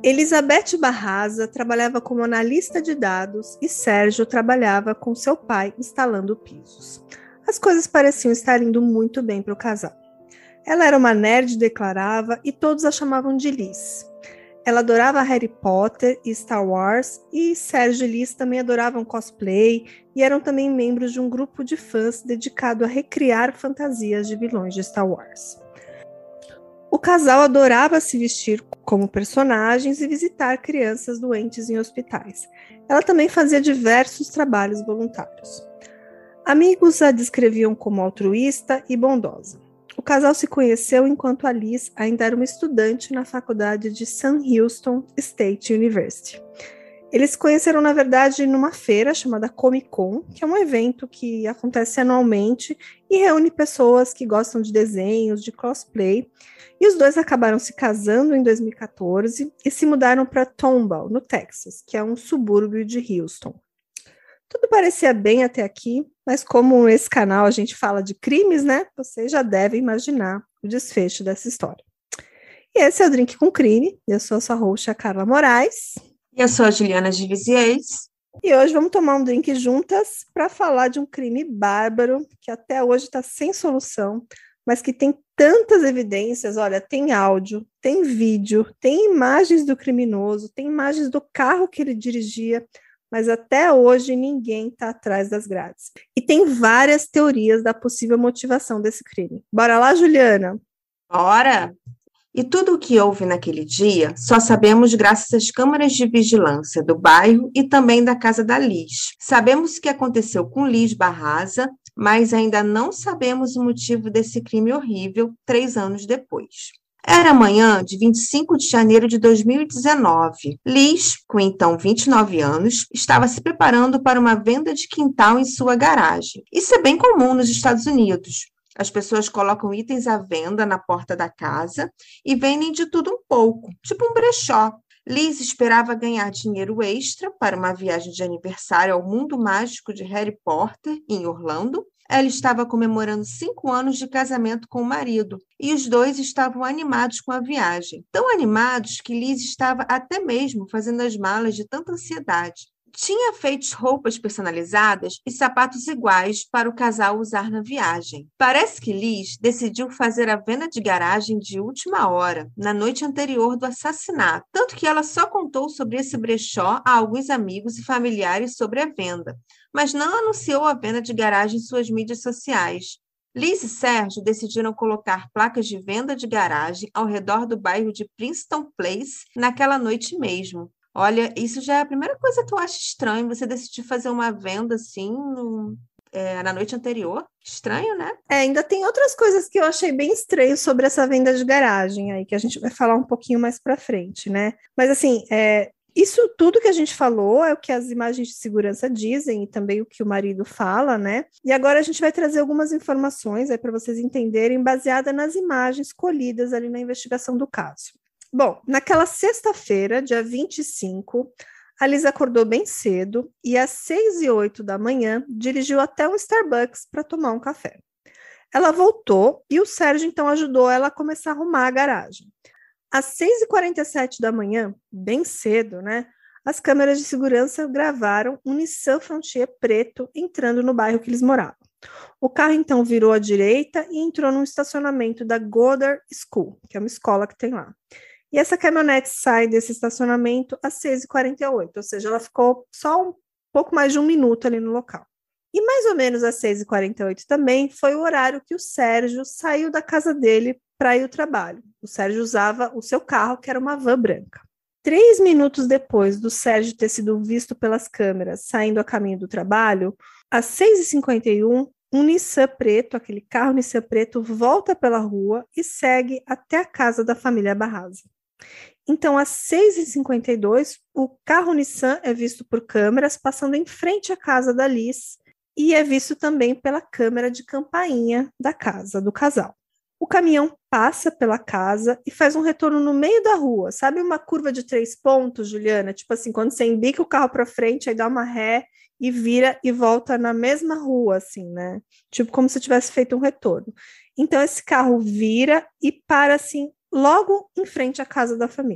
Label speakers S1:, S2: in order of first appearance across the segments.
S1: Elizabeth Barraza trabalhava como analista de dados e Sérgio trabalhava com seu pai instalando pisos. As coisas pareciam estar indo muito bem para o casal. Ela era uma nerd, declarava, e todos a chamavam de Liz. Ela adorava Harry Potter e Star Wars, e Sérgio e Liz também adoravam cosplay e eram também membros de um grupo de fãs dedicado a recriar fantasias de vilões de Star Wars. O casal adorava se vestir como personagens e visitar crianças doentes em hospitais. Ela também fazia diversos trabalhos voluntários. Amigos a descreviam como altruísta e bondosa. O casal se conheceu enquanto a Liz ainda era uma estudante na faculdade de Sam Houston State University. Eles se conheceram, na verdade, numa feira chamada Comic Con, que é um evento que acontece anualmente e reúne pessoas que gostam de desenhos, de cosplay. E os dois acabaram se casando em 2014 e se mudaram para Tomball, no Texas, que é um subúrbio de Houston. Tudo parecia bem até aqui, mas como nesse canal a gente fala de crimes, né? Vocês já devem imaginar o desfecho dessa história. E esse é o Drink com Crime. Eu sou a sua host, Carla Moraes.
S2: E eu sou a Juliana de Viziers.
S1: E hoje vamos tomar um drink juntas para falar de um crime bárbaro que até hoje está sem solução, mas que tem tantas evidências. Olha, tem áudio, tem vídeo, tem imagens do criminoso, tem imagens do carro que ele dirigia, mas até hoje ninguém está atrás das grades. E tem várias teorias da possível motivação desse crime. Bora lá, Juliana?
S2: Bora! E tudo o que houve naquele dia só sabemos graças às câmeras de vigilância do bairro e também da casa da Liz. Sabemos o que aconteceu com Liz Barraza, mas ainda não sabemos o motivo desse crime horrível 3 anos depois. Era a manhã de 25 de janeiro de 2019. Liz, com então 29 anos, estava se preparando para uma venda de quintal em sua garagem. Isso é bem comum nos Estados Unidos. As pessoas colocam itens à venda na porta da casa e vendem de tudo um pouco, tipo um brechó. Liz esperava ganhar dinheiro extra para uma viagem de aniversário ao mundo mágico de Harry Potter, em Orlando. Ela estava comemorando 5 anos de casamento com o marido e os dois estavam animados com a viagem. Tão animados que Liz estava até mesmo fazendo as malas de tanta ansiedade. Tinha feito roupas personalizadas e sapatos iguais para o casal usar na viagem. Parece que Liz decidiu fazer a venda de garagem de última hora, na noite anterior do assassinato, tanto que ela só contou sobre esse brechó a alguns amigos e familiares sobre a venda, mas não anunciou a venda de garagem em suas mídias sociais. Liz e Sérgio decidiram colocar placas de venda de garagem ao redor do bairro de Princeton Place naquela noite mesmo. Olha, isso já é a primeira coisa que eu acho estranho, você decidir fazer uma venda assim na noite anterior. Estranho, né?
S1: Ainda tem outras coisas que eu achei bem estranho sobre essa venda de garagem aí, que a gente vai falar um pouquinho mais pra frente, né? Mas assim, isso tudo que a gente falou é o que as imagens de segurança dizem e também o que o marido fala, né? E agora a gente vai trazer algumas informações aí para vocês entenderem, baseada nas imagens colhidas ali na investigação do caso. Bom, naquela sexta-feira, dia 25, a Liz acordou bem cedo e às 6h08 da manhã dirigiu até um Starbucks para tomar um café. Ela voltou e o Sérgio então ajudou ela a começar a arrumar a garagem. Às 6h47 da manhã, bem cedo, né? As câmeras de segurança gravaram um Nissan Frontier preto entrando no bairro que eles moravam. O carro então virou à direita e entrou no estacionamento da Goddard School, que é uma escola que tem lá. E essa caminhonete sai desse estacionamento às 6h48, ou seja, ela ficou só um pouco mais de 1 minuto ali no local. E mais ou menos às 6h48 também foi o horário que o Sérgio saiu da casa dele para ir ao trabalho. O Sérgio usava o seu carro, que era uma van branca. 3 minutos depois do Sérgio ter sido visto pelas câmeras saindo a caminho do trabalho, às 6h51, um Nissan preto, aquele carro Nissan preto, volta pela rua e segue até a casa da família Barraza. Então, às 6h52, o carro Nissan é visto por câmeras passando em frente à casa da Liz e é visto também pela câmera de campainha da casa do casal. O caminhão passa pela casa e faz um retorno no meio da rua. Sabe uma curva de 3 pontos, Juliana? Tipo assim, quando você embica o carro para frente, aí dá uma ré e vira e volta na mesma rua, assim, né? Tipo como se tivesse feito um retorno. Então, esse carro vira e para, assim, logo em frente à casa da família.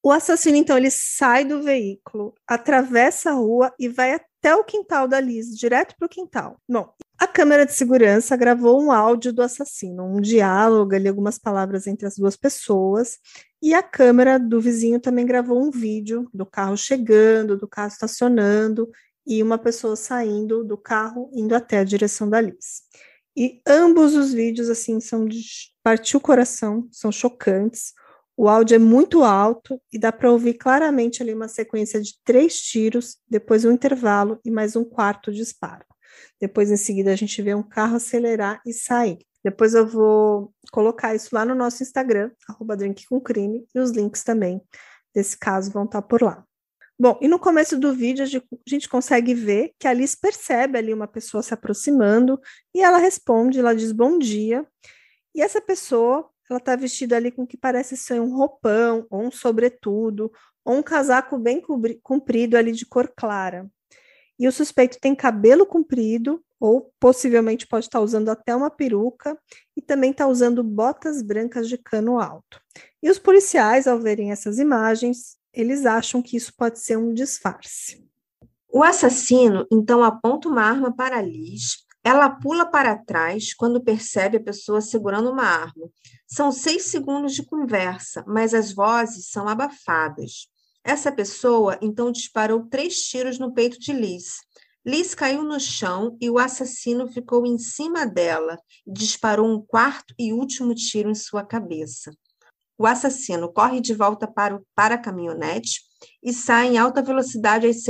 S1: O assassino, então, ele sai do veículo, atravessa a rua e vai até o quintal da Liz, direto para o quintal. Bom, a câmera de segurança gravou um áudio do assassino, um diálogo ali, algumas palavras entre as duas pessoas, e a câmera do vizinho também gravou um vídeo do carro chegando, do carro estacionando, e uma pessoa saindo do carro, indo até a direção da Liz. E ambos os vídeos, assim, são de partir o coração, são chocantes. O áudio é muito alto e dá para ouvir claramente ali uma sequência de 3 tiros, depois um intervalo e mais um quarto disparo. Depois, em seguida, a gente vê um carro acelerar e sair. Depois eu vou colocar isso lá no nosso Instagram, @drinkcomcrime, e os links também desse caso vão estar por lá. Bom, e no começo do vídeo a gente consegue ver que a Liz percebe ali uma pessoa se aproximando e ela responde, ela diz bom dia, e essa pessoa, ela está vestida ali com o que parece ser um roupão, ou um sobretudo, ou um casaco bem comprido ali de cor clara. E o suspeito tem cabelo comprido, ou possivelmente pode estar usando até uma peruca, e também está usando botas brancas de cano alto. E os policiais, ao verem essas imagens, eles acham que isso pode ser um disfarce.
S2: O assassino, então, aponta uma arma para Liz. Ela pula para trás quando percebe a pessoa segurando uma arma. São 6 segundos de conversa, mas as vozes são abafadas. Essa pessoa, então, disparou 3 tiros no peito de Liz. Liz caiu no chão e o assassino ficou em cima dela e disparou um 4º e último tiro em sua cabeça. O assassino corre de volta para a caminhonete e sai em alta velocidade às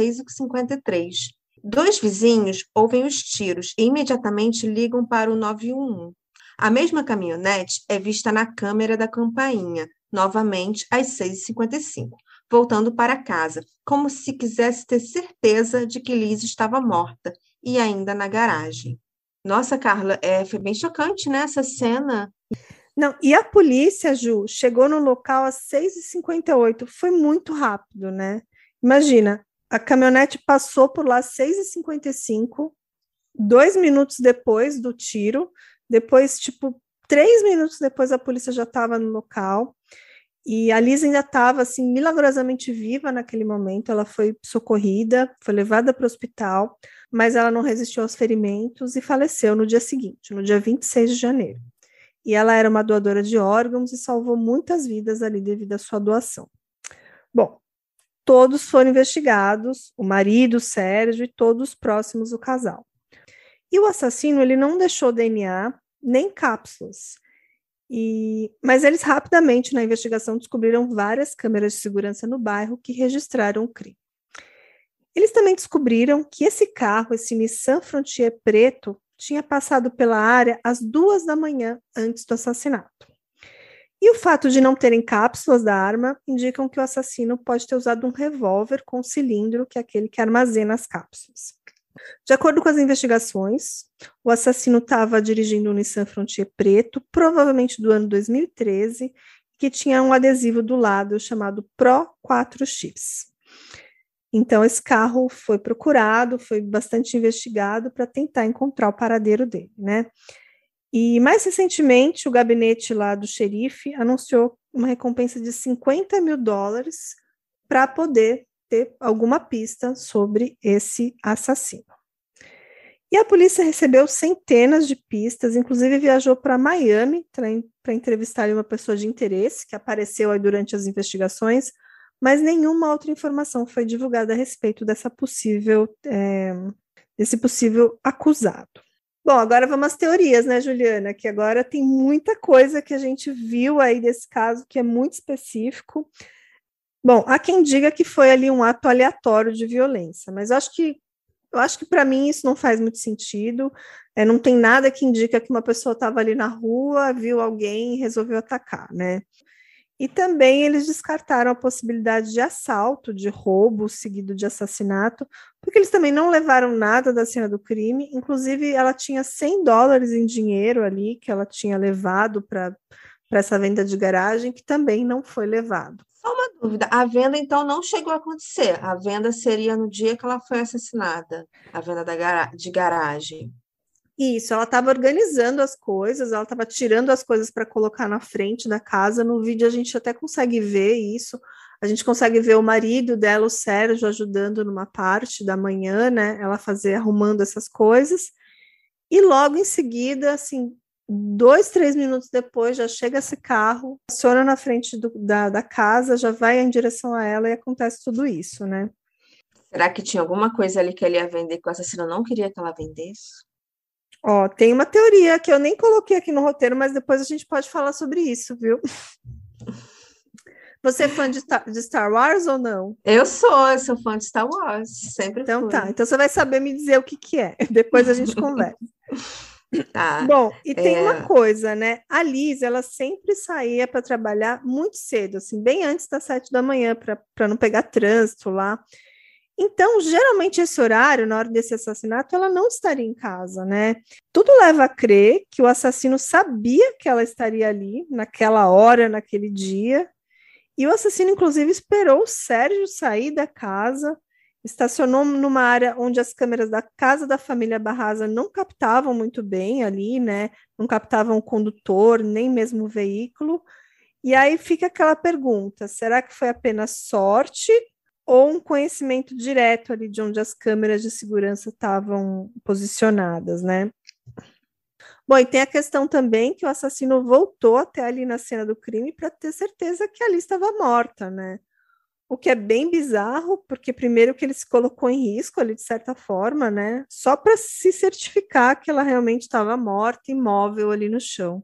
S2: 6h53. 2 vizinhos ouvem os tiros e imediatamente ligam para o 911. A mesma caminhonete é vista na câmera da campainha, novamente às 6h55, voltando para casa, como se quisesse ter certeza de que Liz estava morta e ainda na garagem. Nossa, Carla, foi bem chocante, né, essa cena?
S1: Não, e a polícia, Ju, chegou no local às 6h58, foi muito rápido, né? Imagina, a caminhonete passou por lá às 6h55, 2 minutos depois do tiro, depois, 3 minutos depois a polícia já estava no local, e a Liz ainda estava, assim, milagrosamente viva naquele momento, ela foi socorrida, foi levada para o hospital, mas ela não resistiu aos ferimentos e faleceu no dia seguinte, no dia 26 de janeiro. E ela era uma doadora de órgãos e salvou muitas vidas ali devido à sua doação. Bom, todos foram investigados, o marido, o Sérgio e todos próximos do casal. E o assassino, ele não deixou DNA nem cápsulas. Mas eles rapidamente, na investigação, descobriram várias câmeras de segurança no bairro que registraram o crime. Eles também descobriram que esse carro, esse Nissan Frontier preto, tinha passado pela área às 2 da manhã antes do assassinato. E o fato de não terem cápsulas da arma indicam que o assassino pode ter usado um revólver com cilindro, que é aquele que armazena as cápsulas. De acordo com as investigações, o assassino estava dirigindo um Nissan Frontier preto, provavelmente do ano 2013, que tinha um adesivo do lado chamado Pro 4X. Então, esse carro foi procurado, foi bastante investigado para tentar encontrar o paradeiro dele, né? E, mais recentemente, o gabinete lá do xerife anunciou uma recompensa de $50 mil para poder ter alguma pista sobre esse assassino. E a polícia recebeu centenas de pistas, inclusive viajou para Miami para entrevistar uma pessoa de interesse que apareceu aí durante as investigações, mas nenhuma outra informação foi divulgada a respeito desse possível acusado. Bom, agora vamos às teorias, né, Juliana? Que agora tem muita coisa que a gente viu aí desse caso que é muito específico. Bom, há quem diga que foi ali um ato aleatório de violência, mas eu acho que para mim isso não faz muito sentido. Não tem nada que indica que uma pessoa estava ali na rua, viu alguém e resolveu atacar, né? E também eles descartaram a possibilidade de assalto, de roubo seguido de assassinato, porque eles também não levaram nada da cena do crime, inclusive ela tinha $100 em dinheiro ali, que ela tinha levado para essa venda de garagem, que também não foi levado.
S2: Só uma dúvida, a venda então não chegou a acontecer, a venda seria no dia que ela foi assassinada, a venda de garagem.
S1: Isso, ela estava organizando as coisas, ela estava tirando as coisas para colocar na frente da casa. No vídeo a gente até consegue ver isso. A gente consegue ver o marido dela, o Sérgio, ajudando numa parte da manhã, né? Ela arrumando essas coisas. E logo em seguida, assim, 2, 3 minutos depois, já chega esse carro, estaciona na frente da casa, já vai em direção a ela e acontece tudo isso, né?
S2: Será que tinha alguma coisa ali que ele ia vender que o assassino não queria que ela vendesse?
S1: Ó, tem uma teoria que eu nem coloquei aqui no roteiro, mas depois a gente pode falar sobre isso, viu? Você é fã de Star Wars ou não?
S2: Eu sou fã de Star Wars, sempre
S1: Então
S2: fui.
S1: tá, então você vai saber me dizer o que que é. Depois a gente conversa.
S2: Tá.
S1: Bom, e tem uma coisa, né? A Liz, ela sempre saía para trabalhar muito cedo, assim, bem antes das 7 da manhã, para não pegar trânsito lá. Então, geralmente, esse horário, na hora desse assassinato, ela não estaria em casa, né? Tudo leva a crer que o assassino sabia que ela estaria ali, naquela hora, naquele dia, e o assassino, inclusive, esperou o Sérgio sair da casa, estacionou numa área onde as câmeras da casa da família Barraza não captavam muito bem ali, né? Não captavam o condutor, nem mesmo o veículo. E aí fica aquela pergunta: será que foi apenas sorte ou um conhecimento direto ali de onde as câmeras de segurança estavam posicionadas, né? Bom, e tem a questão também que o assassino voltou até ali na cena do crime para ter certeza que ali estava morta, né? O que é bem bizarro, porque primeiro que ele se colocou em risco ali de certa forma, né? Só para se certificar que ela realmente estava morta, imóvel ali no chão.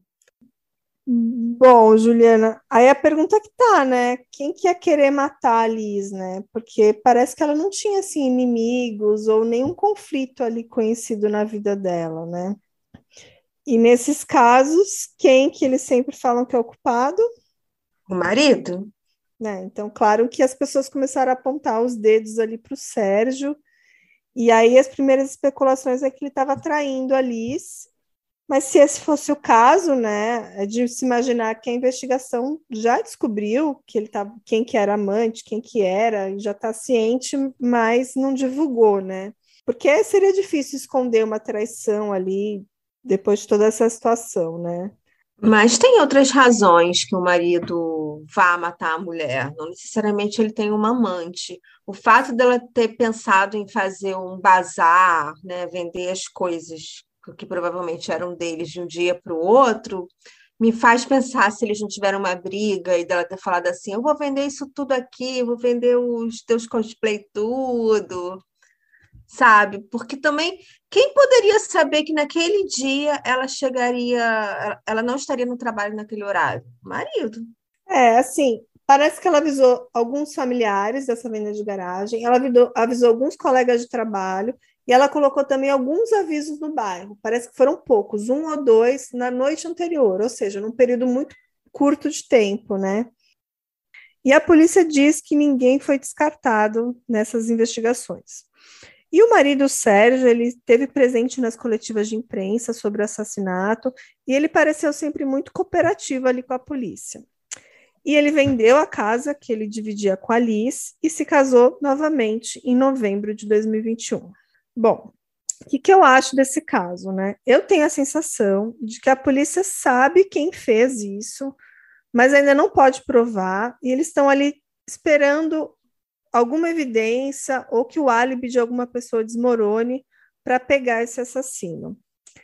S1: Bom, Juliana, aí a pergunta que tá, né? Quem que ia querer matar a Liz, né? Porque parece que ela não tinha, assim, inimigos ou nenhum conflito ali conhecido na vida dela, né? E nesses casos, quem que eles sempre falam que é o culpado?
S2: O marido?
S1: Né? Então, claro que as pessoas começaram a apontar os dedos ali para o Sérgio, e aí as primeiras especulações é que ele estava traindo a Liz. Mas se esse fosse o caso, né, é de se imaginar que a investigação já descobriu que ele tá, quem que era amante, quem que era, e já está ciente, mas não divulgou, né? Porque seria difícil esconder uma traição ali depois de toda essa situação, né?
S2: Mas tem outras razões que o marido vá matar a mulher. Não necessariamente ele tem uma amante. O fato dela ter pensado em fazer um bazar, né, vender as coisas que provavelmente eram deles de um dia para o outro, me faz pensar se eles não tiveram uma briga e dela ter falado assim: eu vou vender isso tudo aqui, vou vender os teus cosplay tudo, sabe? Porque também, quem poderia saber que naquele dia ela chegaria, ela não estaria no trabalho naquele horário? O marido.
S1: É, assim, parece que ela avisou alguns familiares dessa venda de garagem, ela avisou alguns colegas de trabalho e ela colocou também alguns avisos no bairro. Parece que foram poucos, 1 ou 2 na noite anterior, ou seja, num período muito curto de tempo, né? E a polícia diz que ninguém foi descartado nessas investigações. E o marido Sérgio, ele esteve presente nas coletivas de imprensa sobre o assassinato e ele pareceu sempre muito cooperativo ali com a polícia. E ele vendeu a casa que ele dividia com a Liz e se casou novamente em novembro de 2021. Bom, o que eu acho desse caso, né? Eu tenho a sensação de que a polícia sabe quem fez isso, mas ainda não pode provar, e eles estão ali esperando alguma evidência ou que o álibi de alguma pessoa desmorone para pegar esse assassino.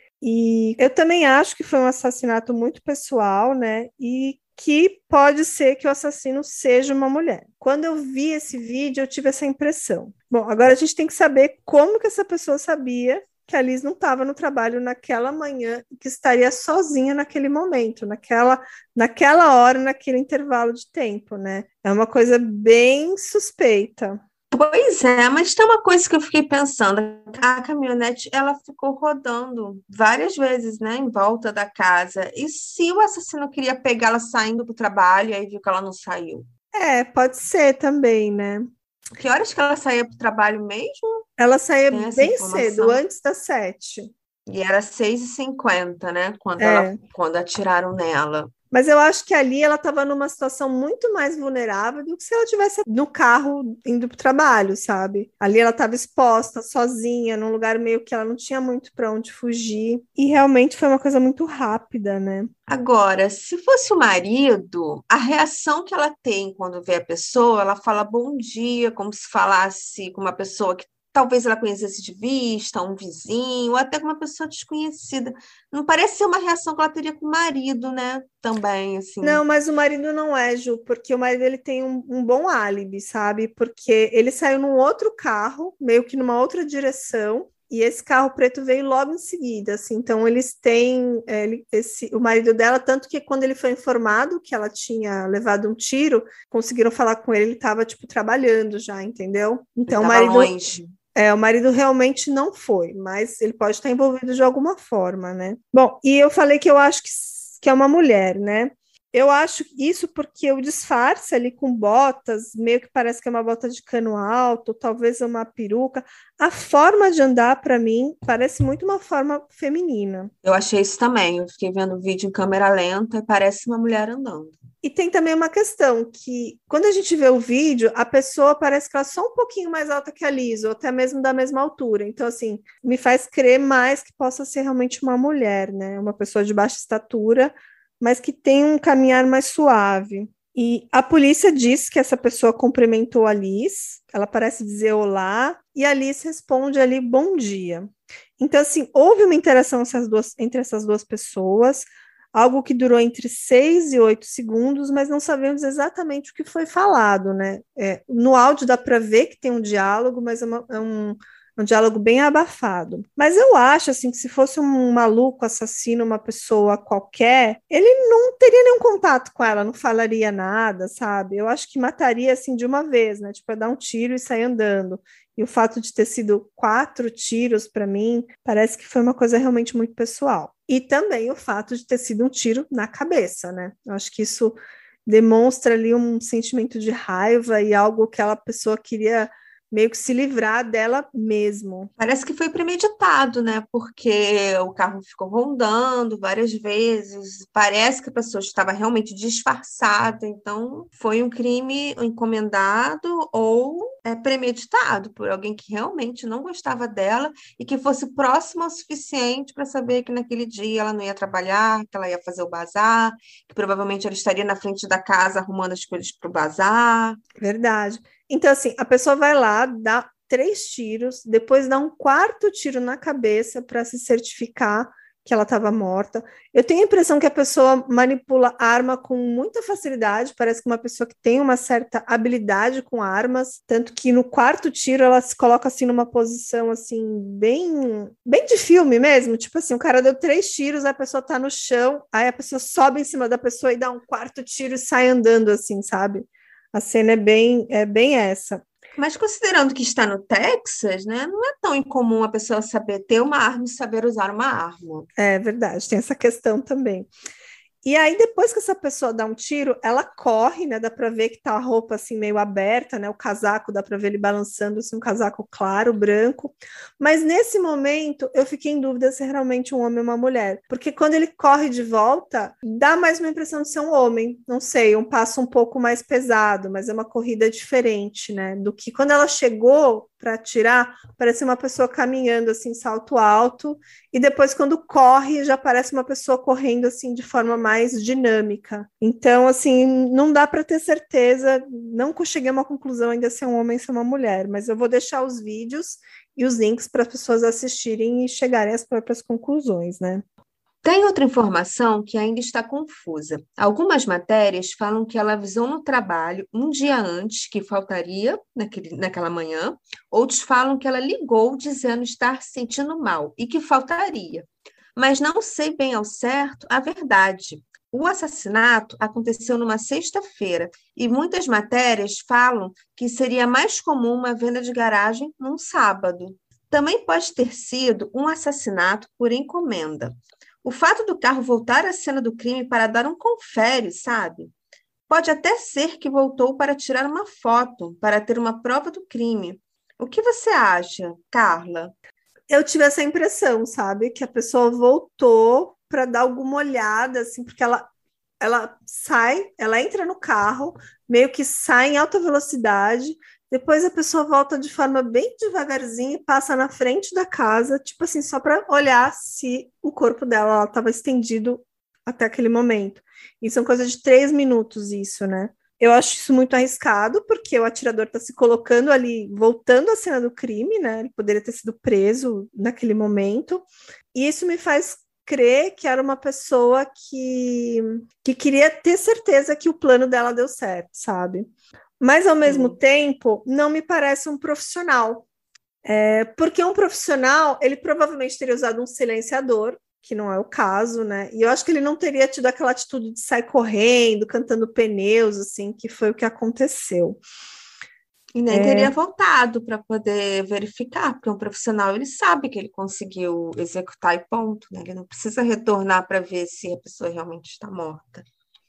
S1: E eu também acho que foi um assassinato muito pessoal, né? E que pode ser que o assassino seja uma mulher. Quando eu vi esse vídeo, eu tive essa impressão. Bom, agora a gente tem que saber como que essa pessoa sabia que a Liz não estava no trabalho naquela manhã e que estaria sozinha naquele momento, naquela hora, naquele intervalo de tempo, né? É uma coisa bem suspeita.
S2: Pois é, mas tem uma coisa que eu fiquei pensando. A caminhonete, ela ficou rodando várias vezes, né, em volta da casa. E se o assassino queria pegá-la saindo para o trabalho e aí viu que ela não saiu?
S1: É, pode ser também, né?
S2: Que horas que ela saía para o trabalho mesmo?
S1: Ela saía
S2: Tem essa
S1: bem cedo,
S2: informação?
S1: antes das 7.
S2: E era 6h50, né,
S1: É,
S2: quando atiraram nela.
S1: Mas eu acho que ali ela estava numa situação muito mais vulnerável do que se ela estivesse no carro indo para o trabalho, sabe? Ali ela estava exposta, sozinha, num lugar meio que ela não tinha muito para onde fugir. E realmente foi uma coisa muito rápida, né?
S2: Agora, se fosse o marido, a reação que ela tem quando vê a pessoa, ela fala bom dia, como se falasse com uma pessoa que talvez ela conhecesse de vista, um vizinho, ou até com uma pessoa desconhecida. Não parece ser uma reação que ela teria com o marido, né? Também, assim.
S1: Não, mas o marido não é, Ju, porque o marido ele tem um bom álibi, sabe? Porque ele saiu num outro carro, meio que numa outra direção, e esse carro preto veio logo em seguida, assim. Então eles têm o marido dela, tanto que quando ele foi informado que ela tinha levado um tiro, conseguiram falar com ele, ele estava tipo trabalhando já, entendeu?
S2: Ele
S1: Então
S2: estava longe.
S1: o marido realmente não foi, mas ele pode estar envolvido de alguma forma, né? Bom, e eu falei que eu acho que é uma mulher, né? Eu acho isso porque o disfarce ali com botas, meio que parece que é uma bota de cano alto, talvez uma peruca. A forma de andar, para mim, parece muito uma forma feminina.
S2: Eu achei isso também. Eu fiquei vendo o vídeo em câmera lenta e parece uma mulher andando.
S1: E tem também uma questão que, quando a gente vê o vídeo, a pessoa parece que ela é só um pouquinho mais alta que a Liz, ou até mesmo da mesma altura. Então, assim, me faz crer mais que possa ser realmente uma mulher, né? Uma pessoa de baixa estatura, mas que tem um caminhar mais suave. E a polícia diz que essa pessoa cumprimentou a Liz, ela parece dizer olá, e a Liz responde ali bom dia. Então, assim, houve uma interação entre essas duas pessoas, algo que durou entre 6 e 8 segundos, mas não sabemos exatamente o que foi falado, né? No áudio dá para ver que tem um diálogo, mas é um diálogo bem abafado. Mas eu acho assim que se fosse um maluco assassino, uma pessoa qualquer, ele não teria nenhum contato com ela, não falaria nada, sabe? Eu acho que mataria assim de uma vez, né? Tipo, dar um tiro e sair andando. E o fato de ter sido 4 tiros, para mim, parece que foi uma coisa realmente muito pessoal. E também o fato de ter sido um tiro na cabeça, né? Eu acho que isso demonstra ali um sentimento de raiva e algo que aquela pessoa queria meio que se livrar dela mesmo.
S2: Parece que foi premeditado, né? Porque o carro ficou rondando várias vezes. Parece que a pessoa estava realmente disfarçada. Então, foi um crime encomendado ou premeditado por alguém que realmente não gostava dela e que fosse próximo o suficiente para saber que naquele dia ela não ia trabalhar, que ela ia fazer o bazar, que provavelmente ela estaria na frente da casa arrumando as coisas para o bazar.
S1: Verdade. Então, assim, a pessoa vai lá, dá 3 tiros, depois dá um quarto tiro na cabeça para se certificar que ela estava morta. Eu tenho a impressão que a pessoa manipula a arma com muita facilidade, parece que uma pessoa que tem uma certa habilidade com armas, tanto que no quarto tiro ela se coloca assim numa posição assim bem de filme mesmo, tipo assim, o cara deu 3 tiros, a pessoa tá no chão, aí a pessoa sobe em cima da pessoa e dá um quarto tiro e sai andando assim, sabe? A cena é bem essa.
S2: Mas considerando que está no Texas, né, não é tão incomum a pessoa saber ter uma arma e saber usar uma arma.
S1: É verdade, tem essa questão também. E aí, depois que essa pessoa dá um tiro, ela corre, né? Dá para ver que tá a roupa assim meio aberta, né? O casaco, dá para ver ele balançando, assim, um casaco claro, branco. Mas nesse momento, eu fiquei em dúvida se é realmente um homem ou uma mulher. Porque quando ele corre de volta, dá mais uma impressão de ser um homem. Não sei, um passo um pouco mais pesado, mas é uma corrida diferente, né? Do que quando ela chegou para atirar, parece uma pessoa caminhando assim, salto alto, e depois quando corre, já parece uma pessoa correndo assim de forma mais dinâmica. Então, assim, não dá para ter certeza, não cheguei a uma conclusão ainda se é um homem ou se é uma mulher, mas eu vou deixar os vídeos e os links para as pessoas assistirem e chegarem às próprias conclusões, né?
S2: Tem outra informação que ainda está confusa. Algumas matérias falam que ela avisou no trabalho um dia antes que faltaria naquela manhã, outros falam que ela ligou dizendo estar se sentindo mal e que faltaria. Mas não sei bem ao certo a verdade. O assassinato aconteceu numa sexta-feira e muitas matérias falam que seria mais comum uma venda de garagem num sábado. Também pode ter sido um assassinato por encomenda. O fato do carro voltar à cena do crime para dar um confere, sabe? Pode até ser que voltou para tirar uma foto, para ter uma prova do crime. O que você acha, Carla?
S1: Eu tive essa impressão, sabe? Que a pessoa voltou para dar alguma olhada, assim, porque ela ela sai, ela entra no carro, meio que sai em alta velocidade, depois a pessoa volta de forma bem devagarzinho e passa na frente da casa, tipo assim, só para olhar se o corpo dela estava estendido até aquele momento. E são coisas de 3 minutos isso, né? Eu acho isso muito arriscado, porque o atirador está se colocando ali, voltando à cena do crime, né? Ele poderia ter sido preso naquele momento. E isso me faz crer que era uma pessoa que queria ter certeza que o plano dela deu certo, sabe? Mas, ao mesmo tempo, não me parece um profissional. Porque um profissional, ele provavelmente teria usado um silenciador, que não é o caso, né? E eu acho que ele não teria tido aquela atitude de sair correndo, cantando pneus, assim, que foi o que aconteceu.
S2: E nem teria voltado para poder verificar, porque um profissional ele sabe que ele conseguiu executar e ponto, né? Ele não precisa retornar para ver se a pessoa realmente está morta.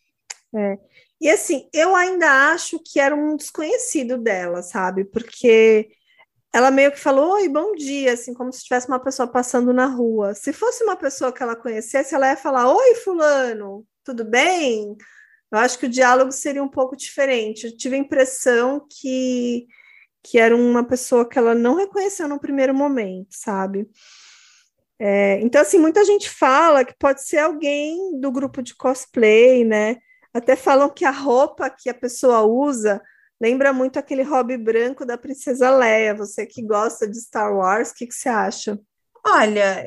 S1: E assim, eu ainda acho que era um desconhecido dela, sabe? Porque ela meio que falou, oi, bom dia, assim, como se tivesse uma pessoa passando na rua. Se fosse uma pessoa que ela conhecesse, ela ia falar, oi, fulano, tudo bem? Eu acho que o diálogo seria um pouco diferente. Eu tive a impressão que era uma pessoa que ela não reconheceu no primeiro momento, sabe? Então, assim, muita gente fala que pode ser alguém do grupo de cosplay, né? Até falam que a roupa que a pessoa usa lembra muito aquele hobby branco da Princesa Leia. Você que gosta de Star Wars, o que você acha?
S2: Olha,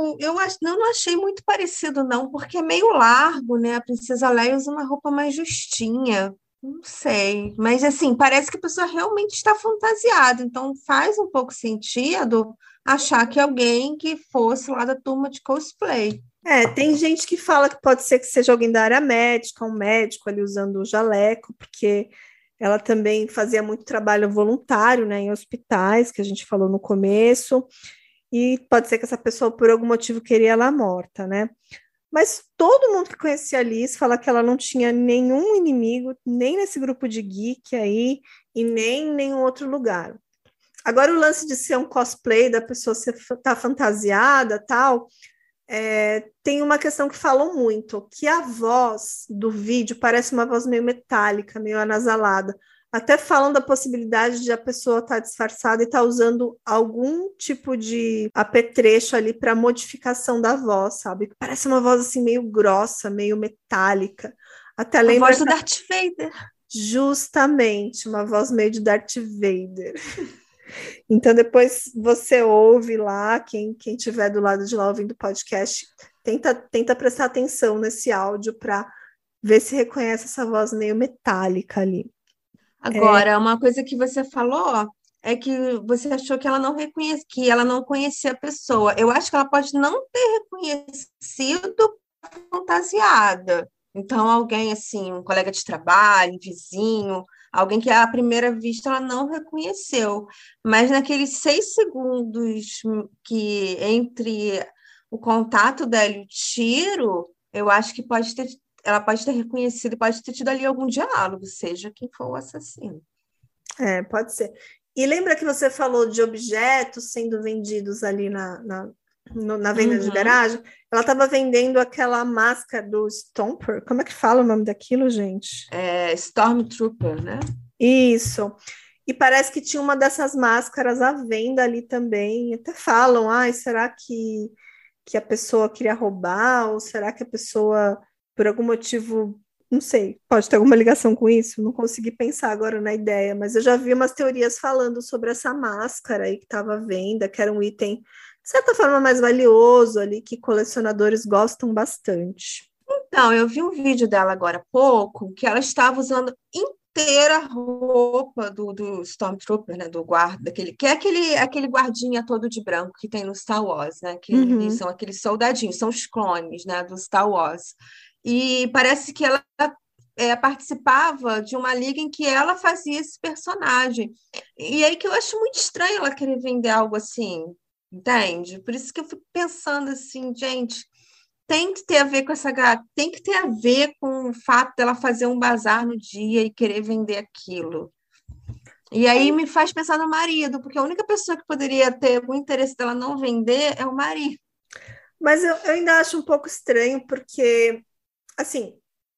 S2: eu não achei muito parecido, não, porque é meio largo, né? A Princesa Leia usa uma roupa mais justinha. Não sei. Mas, assim, parece que a pessoa realmente está fantasiada. Então, faz um pouco sentido achar que alguém que fosse lá da turma de cosplay.
S1: Tem gente que fala que pode ser que seja alguém da área médica, um médico ali usando o jaleco, porque ela também fazia muito trabalho voluntário, né, em hospitais, que a gente falou no começo, e pode ser que essa pessoa, por algum motivo, queria ela morta, né? Mas todo mundo que conhecia a Liz fala que ela não tinha nenhum inimigo, nem nesse grupo de geek aí, e nem em nenhum outro lugar. Agora, o lance de ser um cosplay, da pessoa tá fantasiada, tal, tem uma questão que falam muito, que a voz do vídeo parece uma voz meio metálica, meio anasalada. Até falam da possibilidade de a pessoa estar disfarçada e estar usando algum tipo de apetrecho ali para modificação da voz, sabe? Parece uma voz assim meio grossa, meio metálica. Até
S2: A
S1: lembra
S2: voz do Darth Vader.
S1: justamente uma voz meio de Darth Vader. Então, depois você ouve lá, quem tiver do lado de lá ouvindo o podcast, tenta prestar atenção nesse áudio para ver se reconhece essa voz meio metálica ali.
S2: Agora, uma coisa que você falou é que você achou que ela não reconhece, que ela não conhecia a pessoa. Eu acho que ela pode não ter reconhecido fantasiada. Então, alguém assim, um colega de trabalho, um vizinho, alguém que à primeira vista ela não reconheceu. Mas naqueles 6 segundos que entre o contato dela e o tiro, eu acho que ela pode ter reconhecido, pode ter tido ali algum diálogo, seja quem for o assassino.
S1: Pode ser. E lembra que você falou de objetos sendo vendidos ali na venda de garagem? Ela estava vendendo aquela máscara do Stomper. Como é que fala o nome daquilo, gente?
S2: Stormtrooper, né?
S1: Isso. E parece que tinha uma dessas máscaras à venda ali também. Até falam, será que a pessoa queria roubar? Ou será que a pessoa, por algum motivo, não sei, pode ter alguma ligação com isso? Não consegui pensar agora na ideia, mas eu já vi umas teorias falando sobre essa máscara aí que estava à venda, que era um item, de certa forma, mais valioso ali, que colecionadores gostam bastante.
S2: Então, eu vi um vídeo dela agora há pouco, que ela estava usando inteira a roupa do Stormtrooper, né? Do guarda, que é aquele guardinha todo de branco que tem no Star Wars, né? Que eles são aqueles soldadinhos, são os clones, né? Do Star Wars. E parece que ela participava de uma liga em que ela fazia esse personagem. E aí que eu acho muito estranho ela querer vender algo assim, entende? Por isso que eu fico pensando assim, gente, tem que ter a ver com essa gata, tem que ter a ver com o fato dela fazer um bazar no dia e querer vender aquilo. E aí me faz pensar no marido, porque a única pessoa que poderia ter algum interesse dela não vender é o marido.
S1: Mas eu ainda acho um pouco estranho, porque, assim,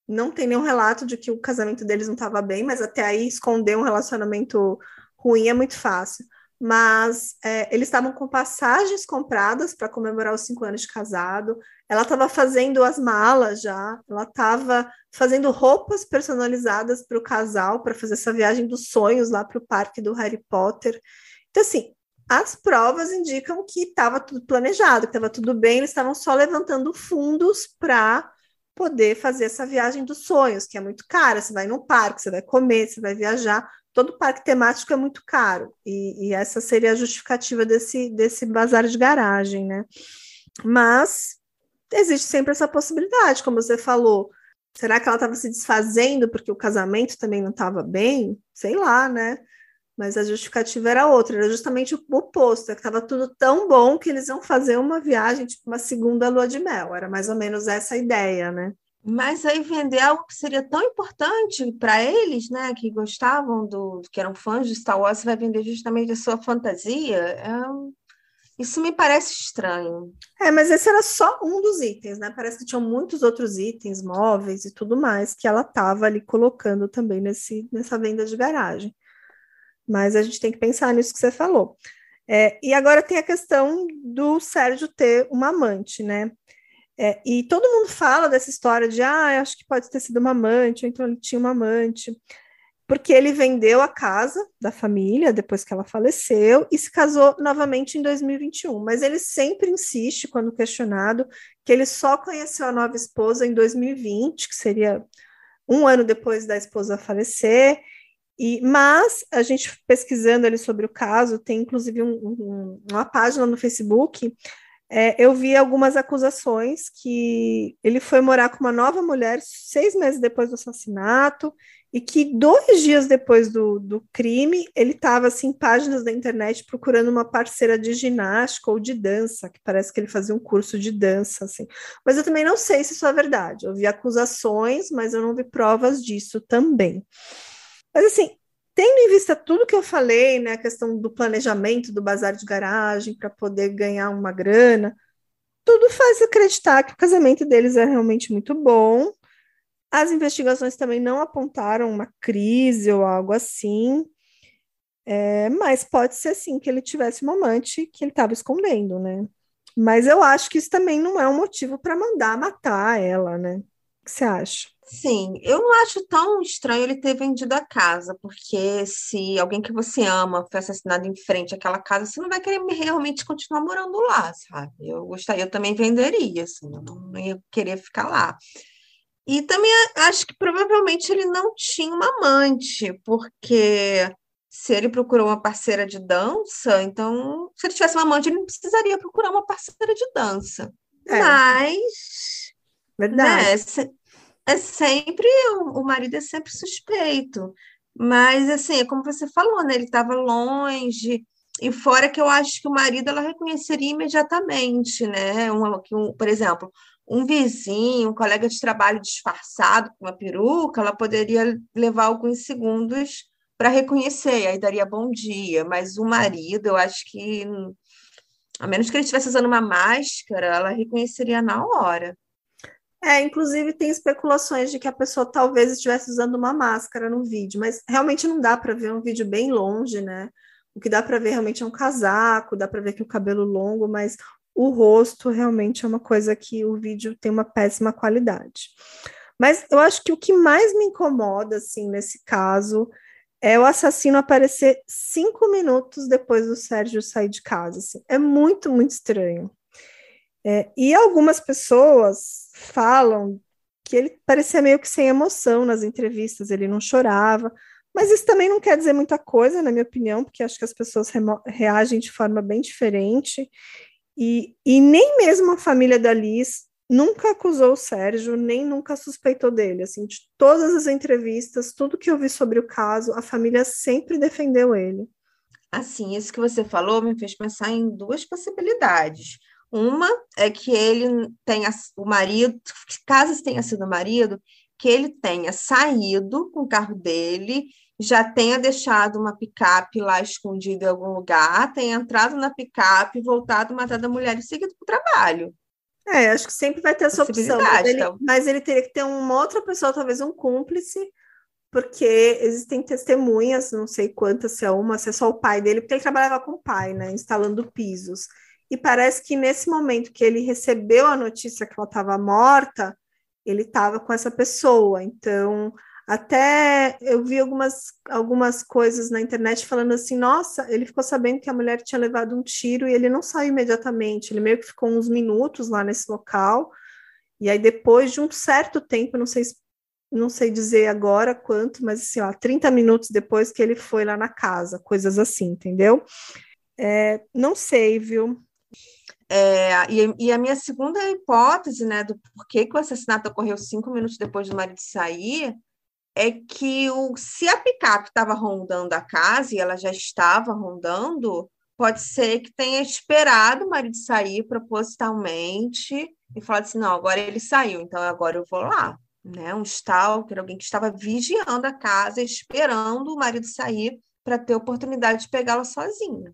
S1: não tem nenhum relato de que o casamento deles não estava bem, mas até aí esconder um relacionamento ruim é muito fácil. Mas eles estavam com passagens compradas para comemorar os 5 anos de casado. Ela estava fazendo as malas já, ela estava fazendo roupas personalizadas para o casal, para fazer essa viagem dos sonhos lá para o parque do Harry Potter. Então, assim, as provas indicam que estava tudo planejado, que estava tudo bem, eles estavam só levantando fundos para poder fazer essa viagem dos sonhos, que é muito cara. Você vai no parque, você vai comer, você vai viajar. Todo parque temático é muito caro. E essa seria a justificativa desse bazar de garagem, né? Mas existe sempre essa possibilidade, como você falou. Será que ela estava se desfazendo porque o casamento também não estava bem? Sei lá, né? Mas a justificativa era outra, era justamente o oposto, é que estava tudo tão bom que eles iam fazer uma viagem, tipo uma segunda lua de mel. Era mais ou menos essa a ideia, né?
S2: Mas aí vender algo que seria tão importante para eles, né, que gostavam que eram fãs de Star Wars, vai vender justamente a sua fantasia? Isso me parece estranho.
S1: Mas esse era só um dos itens, né? Parece que tinham muitos outros itens, móveis e tudo mais, que ela estava ali colocando também nessa venda de garagem. Mas a gente tem que pensar nisso que você falou. E agora tem a questão do Sérgio ter uma amante, né? E todo mundo fala dessa história de, acho que pode ter sido uma amante, ou então ele tinha uma amante, porque ele vendeu a casa da família depois que ela faleceu e se casou novamente em 2021. Mas ele sempre insiste, quando questionado, que ele só conheceu a nova esposa em 2020, que seria um ano depois da esposa falecer. Mas a gente pesquisando ali sobre o caso, tem inclusive uma página no Facebook. Eu vi algumas acusações que ele foi morar com uma nova mulher 6 meses depois do assassinato e que 2 dias depois do crime ele estava assim, em páginas da internet procurando uma parceira de ginástica ou de dança, que parece que ele fazia um curso de dança, assim. Mas eu também não sei se isso é verdade. Eu vi acusações, mas eu não vi provas disso também. Mas assim, tendo em vista tudo que eu falei, né, a questão do planejamento do bazar de garagem para poder ganhar uma grana, tudo faz acreditar que o casamento deles é realmente muito bom. As investigações também não apontaram uma crise ou algo assim, mas pode ser sim que ele tivesse uma amante que ele estava escondendo, né? Mas eu acho que isso também não é um motivo para mandar matar ela, né? O que você acha?
S2: Sim, eu não acho tão estranho ele ter vendido a casa, porque se alguém que você ama foi assassinado em frente àquela casa, você não vai querer realmente continuar morando lá, sabe? Eu gostaria, eu também venderia, assim, eu não ia querer ficar lá. E também acho que provavelmente ele não tinha uma amante, porque se ele procurou uma parceira de dança, então, se ele tivesse uma amante, ele não precisaria procurar uma parceira de dança.
S1: É,
S2: Mas, né,
S1: verdade.
S2: é sempre, o marido é sempre suspeito. Mas, assim, é como você falou, né? Ele estava longe. E fora que eu acho que o marido ela reconheceria imediatamente, né? Por exemplo, um vizinho, um colega de trabalho disfarçado com uma peruca, ela poderia levar alguns segundos para reconhecer, aí daria bom dia. Mas o marido, eu acho que, a menos que ele estivesse usando uma máscara, ela reconheceria na hora.
S1: Inclusive tem especulações de que a pessoa talvez estivesse usando uma máscara no vídeo, mas realmente não dá para ver um vídeo bem longe, né? O que dá para ver realmente é um casaco, dá para ver que o cabelo longo, mas o rosto realmente é uma coisa que o vídeo tem uma péssima qualidade. Mas eu acho que o que mais me incomoda, assim, nesse caso, é o assassino aparecer 5 minutos depois do Sérgio sair de casa, assim. É muito, muito estranho. E algumas pessoas falam que ele parecia meio que sem emoção nas entrevistas, ele não chorava, mas isso também não quer dizer muita coisa, na minha opinião, porque acho que as pessoas reagem de forma bem diferente, e nem mesmo a família da Liz nunca acusou o Sérgio, nem nunca suspeitou dele, assim, de todas as entrevistas, tudo que eu vi sobre o caso, a família sempre defendeu ele.
S2: Assim, isso que você falou me fez pensar em duas possibilidades. Uma é que ele tenha, o marido, caso tenha sido o marido, que ele tenha saído com o carro dele, já tenha deixado uma picape lá escondida em algum lugar, tenha entrado na picape, voltado, matado a mulher e seguido para o trabalho.
S1: Acho que sempre vai ter essa opção, mas ele teria que ter uma outra pessoa, talvez um cúmplice, porque existem testemunhas, não sei quantas, se é uma, se é só o pai dele, porque ele trabalhava com o pai, né, instalando pisos. E parece que nesse momento que ele recebeu a notícia que ela estava morta, ele estava com essa pessoa. Então, até eu vi algumas coisas na internet falando assim, nossa, ele ficou sabendo que a mulher tinha levado um tiro e ele não saiu imediatamente, ele meio que ficou uns minutos lá nesse local, e aí depois de um certo tempo, não sei dizer agora quanto, mas assim, 30 minutos depois que ele foi lá na casa, coisas assim, entendeu? Não sei, viu?
S2: E a minha segunda hipótese, né, do porquê que o assassinato ocorreu 5 minutos depois do marido sair, é que se a picape estava rondando a casa e ela já estava rondando, pode ser que tenha esperado o marido sair propositalmente e falar assim, não, agora ele saiu, então agora eu vou lá. Né? Um stalker, alguém que estava vigiando a casa, esperando o marido sair para ter oportunidade de pegá-la sozinha.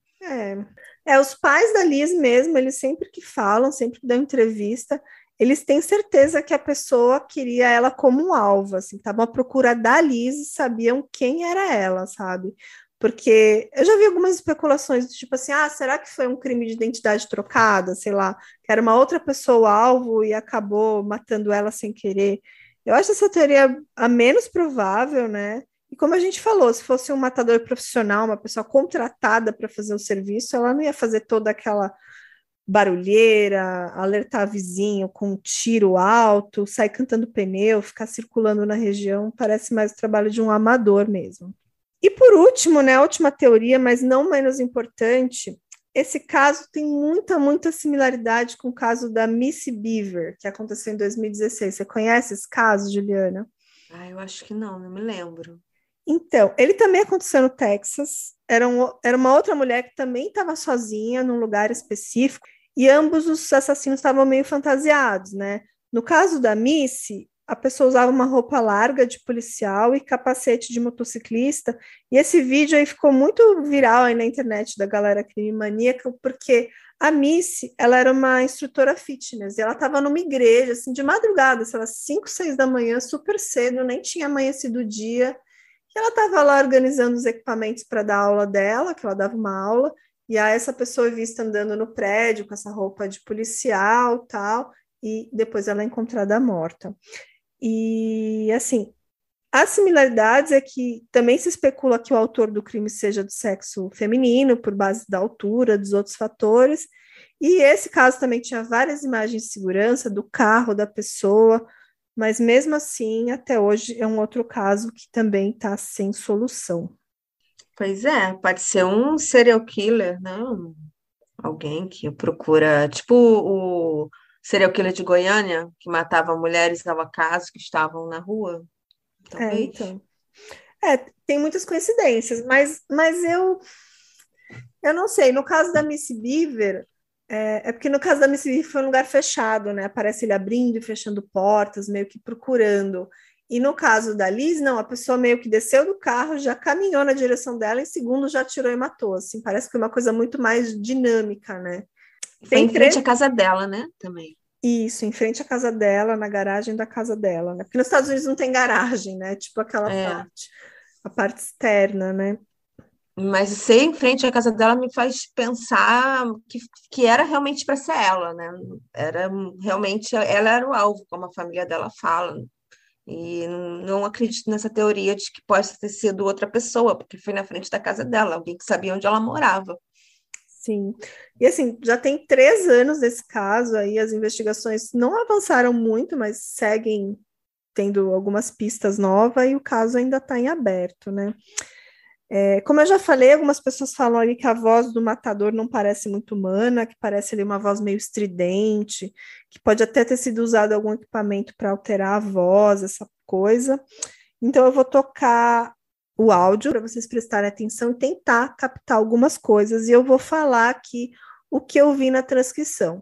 S1: Os pais da Liz mesmo, eles sempre que falam, sempre que dão entrevista, eles têm certeza que a pessoa queria ela como um alvo, assim, estavam à procura da Liz e sabiam quem era ela, sabe? Porque eu já vi algumas especulações do tipo assim, será que foi um crime de identidade trocada, sei lá, que era uma outra pessoa alvo e acabou matando ela sem querer. Eu acho essa teoria a menos provável, né? E como a gente falou, se fosse um matador profissional, uma pessoa contratada para fazer o serviço, ela não ia fazer toda aquela barulheira, alertar vizinho com um tiro alto, sair cantando pneu, ficar circulando na região, parece mais o trabalho de um amador mesmo. E por último, né, a última teoria, mas não menos importante, esse caso tem muita similaridade com o caso da Missy Beaver, que aconteceu em 2016. Você conhece esse caso, Juliana?
S2: Eu acho que não me lembro.
S1: Então, ele também aconteceu no Texas, era uma outra mulher que também estava sozinha num lugar específico, e ambos os assassinos estavam meio fantasiados, né? No caso da Missy, a pessoa usava uma roupa larga de policial e capacete de motociclista, e esse vídeo aí ficou muito viral aí na internet da galera crime maníaca, porque a Missy, ela era uma instrutora fitness, e ela estava numa igreja, assim, de madrugada, sei lá, 5, 6 da manhã, super cedo, nem tinha amanhecido o dia, e ela estava lá organizando os equipamentos para dar aula dela, que ela dava uma aula, e aí essa pessoa é vista andando no prédio com essa roupa de policial, tal, e depois ela é encontrada morta. E, assim, as similaridades é que também se especula que o autor do crime seja do sexo feminino, por base da altura, dos outros fatores, e esse caso também tinha várias imagens de segurança do carro da pessoa, mas mesmo assim, até hoje, é um outro caso que também está sem solução.
S2: Pois é, pode ser um serial killer, né? Alguém que procura, tipo o serial killer de Goiânia, que matava mulheres ao acaso que estavam na rua, talvez.
S1: Então. Tem muitas coincidências, mas eu não sei. No caso da Missy Beaver, porque no caso da Missy Beaver foi um lugar fechado, né? Aparece ele abrindo e fechando portas, meio que procurando. E no caso da Liz, não, a pessoa meio que desceu do carro, já caminhou na direção dela, em segundo já atirou e matou. Assim, parece que foi uma coisa muito mais dinâmica, né?
S2: Foi em frente à casa dela, né? Também.
S1: Isso, em frente à casa dela, na garagem da casa dela, né? Porque nos Estados Unidos não tem garagem, né? Tipo aquela parte, a parte externa, né?
S2: Mas ser em frente à casa dela me faz pensar que era realmente para ser ela, né? Era realmente, ela era o alvo, como a família dela fala. E não acredito nessa teoria de que possa ter sido outra pessoa, porque foi na frente da casa dela, alguém que sabia onde ela morava.
S1: Sim. E assim, já tem 3 anos desse caso, aí as investigações não avançaram muito, mas seguem tendo algumas pistas novas e o caso ainda está em aberto, né? Como eu já falei, algumas pessoas falam ali que a voz do matador não parece muito humana, que parece ali uma voz meio estridente, que pode até ter sido usado algum equipamento para alterar a voz, essa coisa. Então eu vou tocar o áudio para vocês prestarem atenção e tentar captar algumas coisas, e eu vou falar aqui o que eu vi na transcrição.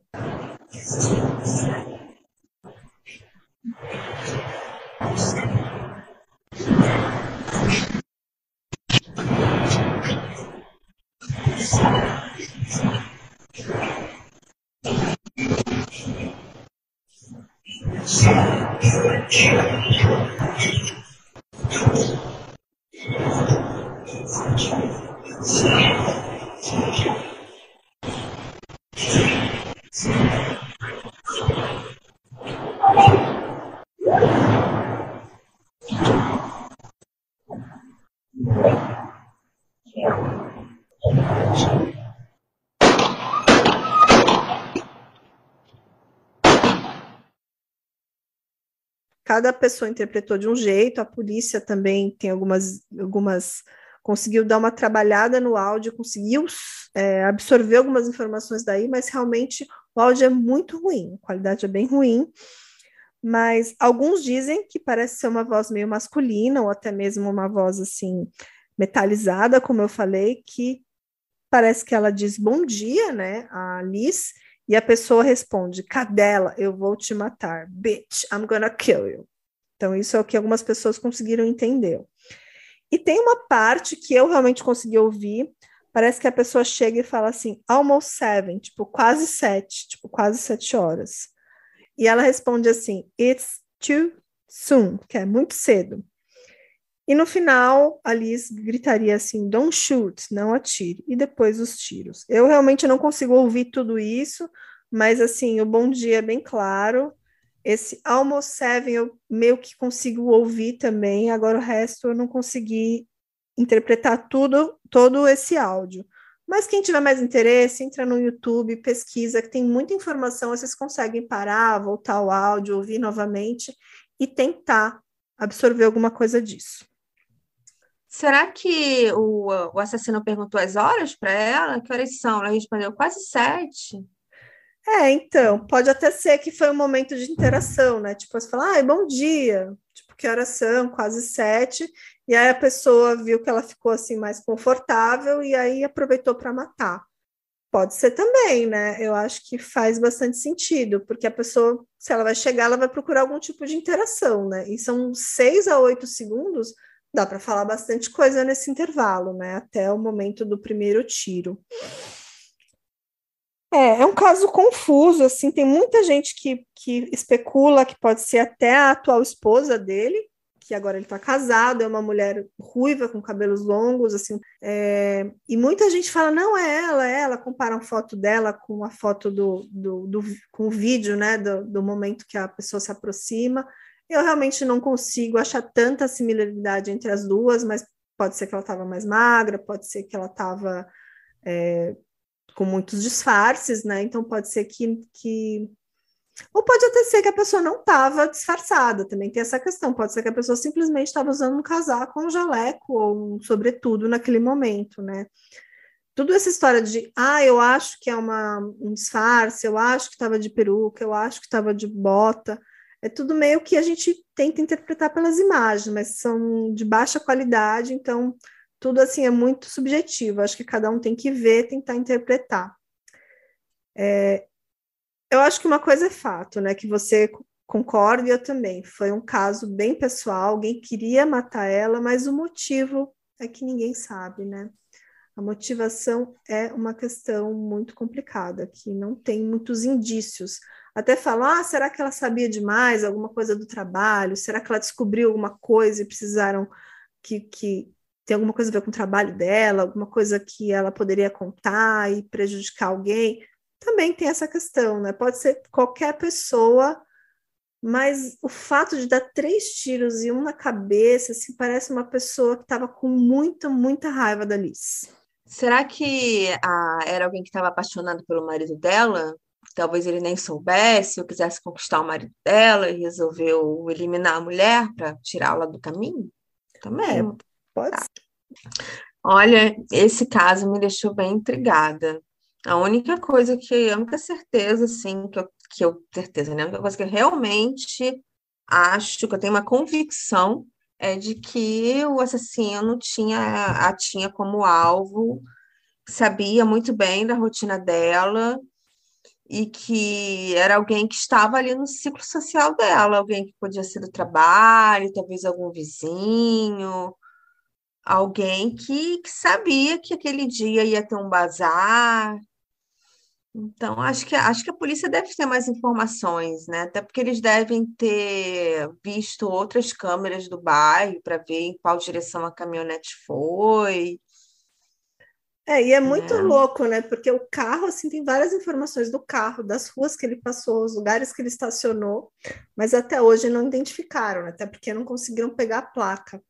S1: Cada pessoa interpretou de um jeito, a polícia também tem algumas conseguiu dar uma trabalhada no áudio, conseguiu absorver algumas informações daí, mas realmente o áudio é muito ruim, a qualidade é bem ruim, mas alguns dizem que parece ser uma voz meio masculina, ou até mesmo uma voz assim, metalizada, como eu falei, que parece que ela diz bom dia, né, a Liz, e a pessoa responde, cadela, eu vou te matar, bitch, I'm gonna kill you. Então isso é o que algumas pessoas conseguiram entender. E tem uma parte que eu realmente consegui ouvir, parece que a pessoa chega e fala assim, almost 7, tipo, quase 7, tipo, quase 7 horas. E ela responde assim, it's too soon, que é muito cedo. E no final, a Liz gritaria assim, don't shoot, não atire. E depois os tiros. Eu realmente não consigo ouvir tudo isso, mas assim, o bom dia é bem claro. Esse almost 7 eu meio que consigo ouvir também, agora o resto eu não consegui interpretar todo esse áudio. Mas quem tiver mais interesse, entra no YouTube, pesquisa, que tem muita informação, vocês conseguem parar, voltar ao áudio, ouvir novamente e tentar absorver alguma coisa disso.
S2: Será que o assassino perguntou as horas para ela? Que horas são? Ela respondeu quase 7.
S1: Então, pode até ser que foi um momento de interação, né? Tipo, você fala, ai, bom dia. Tipo, que horas são? Quase 7. E aí a pessoa viu que ela ficou assim mais confortável e aí aproveitou para matar. Pode ser também, né? Eu acho que faz bastante sentido, porque a pessoa, se ela vai chegar, ela vai procurar algum tipo de interação, né? E são 6 a 8 segundos, dá para falar bastante coisa nesse intervalo, né? Até o momento do primeiro tiro. É um caso confuso, assim, tem muita gente que especula que pode ser até a atual esposa dele, que agora ele está casado, é uma mulher ruiva com cabelos longos, assim, e muita gente fala, não, é ela, compara a foto dela com a foto com o vídeo, né, do momento que a pessoa se aproxima. Eu realmente não consigo achar tanta similaridade entre as duas, mas pode ser que ela estava mais magra, pode ser que ela estava com muitos disfarces, né? Então pode ser que... Ou pode até ser que a pessoa não estava disfarçada, também tem essa questão. Pode ser que a pessoa simplesmente estava usando um casaco, um jaleco ou um sobretudo naquele momento, né? Tudo essa história de, eu acho que é um disfarce, eu acho que estava de peruca, eu acho que estava de bota, é tudo meio que a gente tenta interpretar pelas imagens, mas são de baixa qualidade, então tudo assim é muito subjetivo, acho que cada um tem que ver, tentar interpretar. Eu acho que uma coisa é fato, né, que você concorda e eu também, foi um caso bem pessoal, alguém queria matar ela, mas o motivo é que ninguém sabe, né? A motivação é uma questão muito complicada, que não tem muitos indícios. Até falar, será que ela sabia demais alguma coisa do trabalho? Será que ela descobriu alguma coisa e precisaram que tem alguma coisa a ver com o trabalho dela, alguma coisa que ela poderia contar e prejudicar alguém? Também tem essa questão, né? Pode ser qualquer pessoa, mas o fato de dar 3 tiros e um na cabeça, assim, parece uma pessoa que estava com muita, muita raiva da Liz.
S2: Será que era alguém que estava apaixonado pelo marido dela? Talvez ele nem soubesse ou quisesse conquistar o marido dela e resolveu eliminar a mulher para tirá-la do caminho? Também.
S1: Pode ser.
S2: Olha, esse caso me deixou bem intrigada. A única certeza, assim, certeza, né? A única coisa que eu realmente acho, que eu tenho uma convicção, é de que o assassino a tinha como alvo, sabia muito bem da rotina dela e que era alguém que estava ali no ciclo social dela, alguém que podia ser do trabalho, talvez algum vizinho, alguém que sabia que aquele dia ia ter um bazar. Então, acho que a polícia deve ter mais informações, né? Até porque eles devem ter visto outras câmeras do bairro para ver em qual direção a caminhonete foi,
S1: E é muito
S2: né?
S1: louco, né? Porque o carro, assim, tem várias informações do carro, das ruas que ele passou, os lugares que ele estacionou, mas até hoje não identificaram, né? Até porque não conseguiram pegar a placa.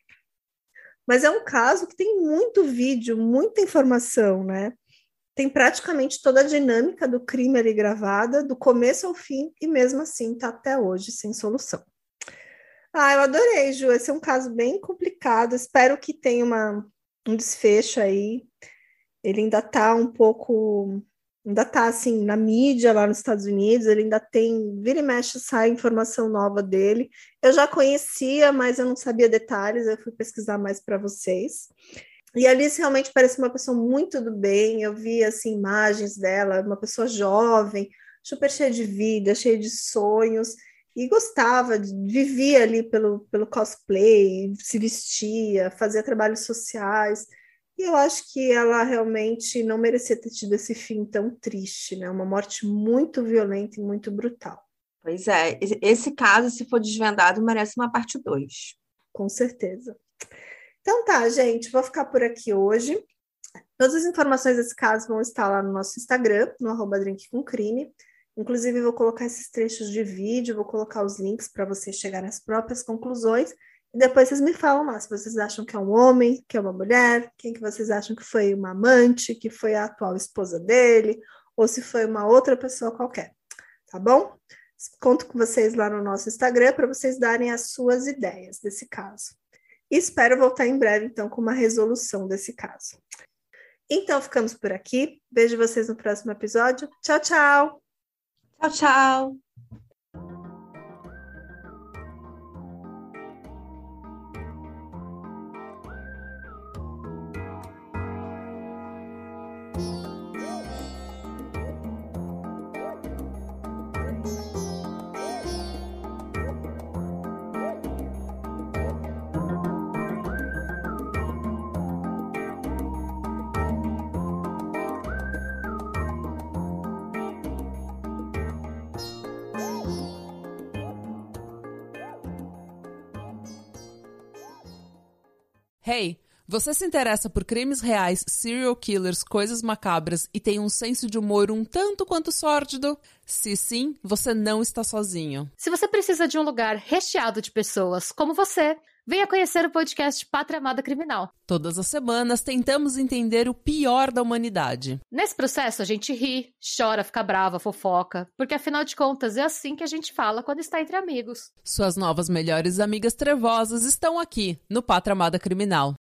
S1: Mas é um caso que tem muito vídeo, muita informação, né? Tem praticamente toda a dinâmica do crime ali gravada, do começo ao fim, e mesmo assim tá até hoje sem solução. Eu adorei, Ju. Esse é um caso bem complicado. Espero que tenha um desfecho aí. Ele ainda tá um pouco. Ainda tá assim na mídia lá nos Estados Unidos, ele ainda tem, vira e mexe, sai informação nova dele. Eu já conhecia, mas eu não sabia detalhes, eu fui pesquisar mais para vocês. E a Alice realmente parece uma pessoa muito do bem. Eu vi assim imagens dela, uma pessoa jovem, super cheia de vida, cheia de sonhos, e gostava, vivia ali pelo cosplay, se vestia, fazia trabalhos sociais. E eu acho que ela realmente não merecia ter tido esse fim tão triste, né? Uma morte muito violenta e muito brutal,
S2: Pois é, esse caso, se for desvendado, merece uma parte 2.
S1: com certeza. Então tá, gente, vou ficar por aqui hoje. Todas as informações desse caso vão estar lá no nosso Instagram, no @drinkcomcrime. Inclusive, vou colocar esses trechos de vídeo, vou colocar os links para vocês chegarem às próprias conclusões. E depois vocês me falam lá se vocês acham que é um homem, que é uma mulher, quem que vocês acham que foi uma amante, que foi a atual esposa dele, ou se foi uma outra pessoa qualquer, tá bom? Conto com vocês lá no nosso Instagram para vocês darem as suas ideias desse caso. E espero voltar em breve, então, com uma resolução desse caso. Então, ficamos por aqui. Vejo vocês no próximo episódio. Tchau, tchau!
S2: Tchau, tchau!
S3: Hey, você se interessa por crimes reais, serial killers, coisas macabras e tem um senso de humor um tanto quanto sórdido? Se sim, você não está sozinho.
S4: Se você precisa de um lugar recheado de pessoas como você, venha conhecer o podcast Pátria Amada Criminal.
S3: Todas as semanas tentamos entender o pior da humanidade.
S4: Nesse processo a gente ri, chora, fica brava, fofoca, porque afinal de contas é assim que a gente fala quando está entre amigos.
S3: Suas novas melhores amigas trevosas estão aqui, no Pátria Amada Criminal.